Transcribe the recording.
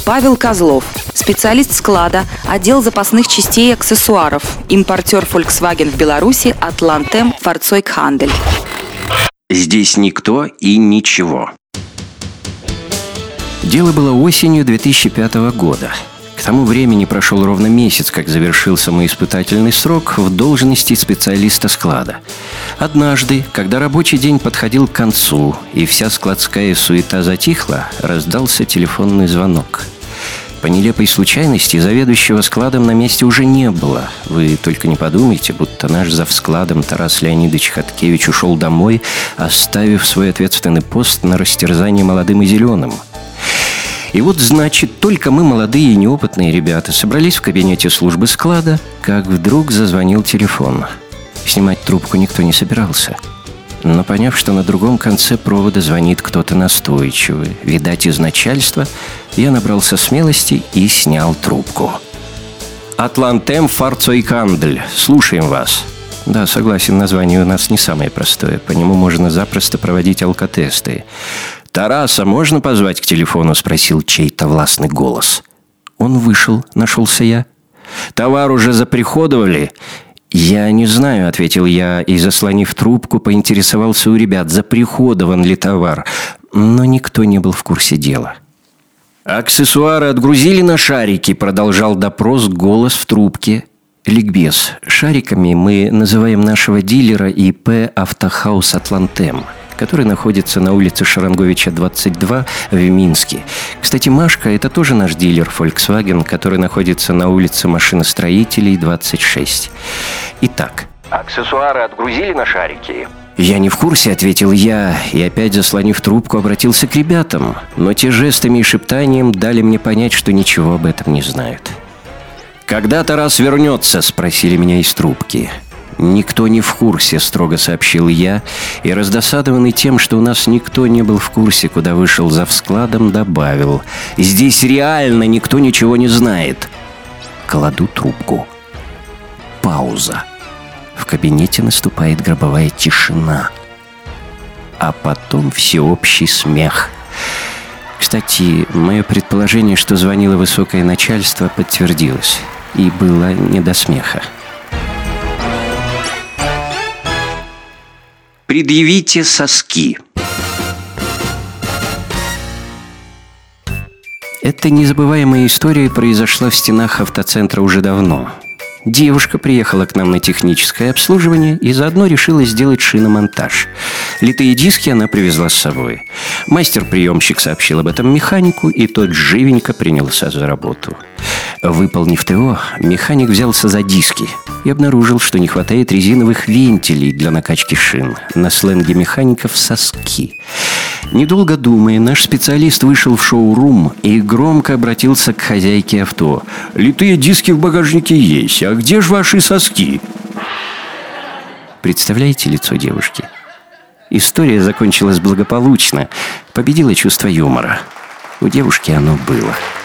Павел Козлов, специалист склада, отдел запасных частей и аксессуаров, импортер Volkswagen в Беларуси, Atlantem Fahrzeughandel. Здесь никто и ничего. Дело было осенью 2005 года. К тому времени прошел ровно месяц, как завершился мой испытательный срок в должности специалиста склада. Однажды, когда рабочий день подходил к концу и вся складская суета затихла, раздался телефонный звонок. По нелепой случайности заведующего складом на месте уже не было. Вы только не подумайте, будто наш завскладом Тарас Леонидович Хаткевич ушел домой, оставив свой ответственный пост на растерзание молодым и зеленым. И вот, значит, только мы, молодые и неопытные ребята, собрались в кабинете службы склада, как вдруг зазвонил телефон. Снимать трубку никто не собирался. Но поняв, что на другом конце провода звонит кто-то настойчивый, видать, из начальства, я набрался смелости и снял трубку. «Atlantem Fahrzeughandel. Слушаем вас». Да, согласен, название у нас не самое простое. По нему можно запросто проводить алкотесты. «Тараса можно позвать к телефону?» – спросил чей-то властный голос. Он вышел, нашелся я. «Товар уже заприходовали?» «Я не знаю», – ответил я, и, заслонив трубку, поинтересовался у ребят, заприходован ли товар. Но никто не был в курсе дела. «Аксессуары отгрузили на шарики?» – продолжал допрос голос в трубке. Ликбез. Шариками мы называем нашего дилера ИП «Автохаус Atlantem», который находится на улице Шаранговича, 22 в Минске. Кстати, Машка – это тоже наш дилер Volkswagen, который находится на улице Машиностроителей, 26. Итак. Аксессуары отгрузили на шарики? «Я не в курсе», – ответил я, и опять, заслонив трубку, обратился к ребятам. Но те жестами и шептанием дали мне понять, что ничего об этом не знают. «Когда Тарас вернется?» – спросили меня из трубки. «Никто не в курсе», – строго сообщил я, и, раздосадованный тем, что у нас никто не был в курсе, куда вышел завскладом, добавил: «Здесь реально никто ничего не знает». Кладу трубку. Пауза. В кабинете наступает гробовая тишина. А потом всеобщий смех. Кстати, мое предположение, что звонило высокое начальство, подтвердилось. И было не до смеха. Предъявите соски. Эта незабываемая история произошла в стенах автоцентра уже давно. Девушка приехала к нам на техническое обслуживание и заодно решила сделать шиномонтаж. Литые диски она привезла с собой. Мастер-приемщик сообщил об этом механику, и тот живенько принялся за работу. Выполнив ТО, механик взялся за диски и обнаружил, что не хватает резиновых вентилей для накачки шин. На сленге механиков «соски». Недолго думая, наш специалист вышел в шоу-рум и громко обратился к хозяйке авто. «Литые диски в багажнике есть, а где же ваши соски?» Представляете лицо девушки? История закончилась благополучно. Победило чувство юмора. У девушки оно было.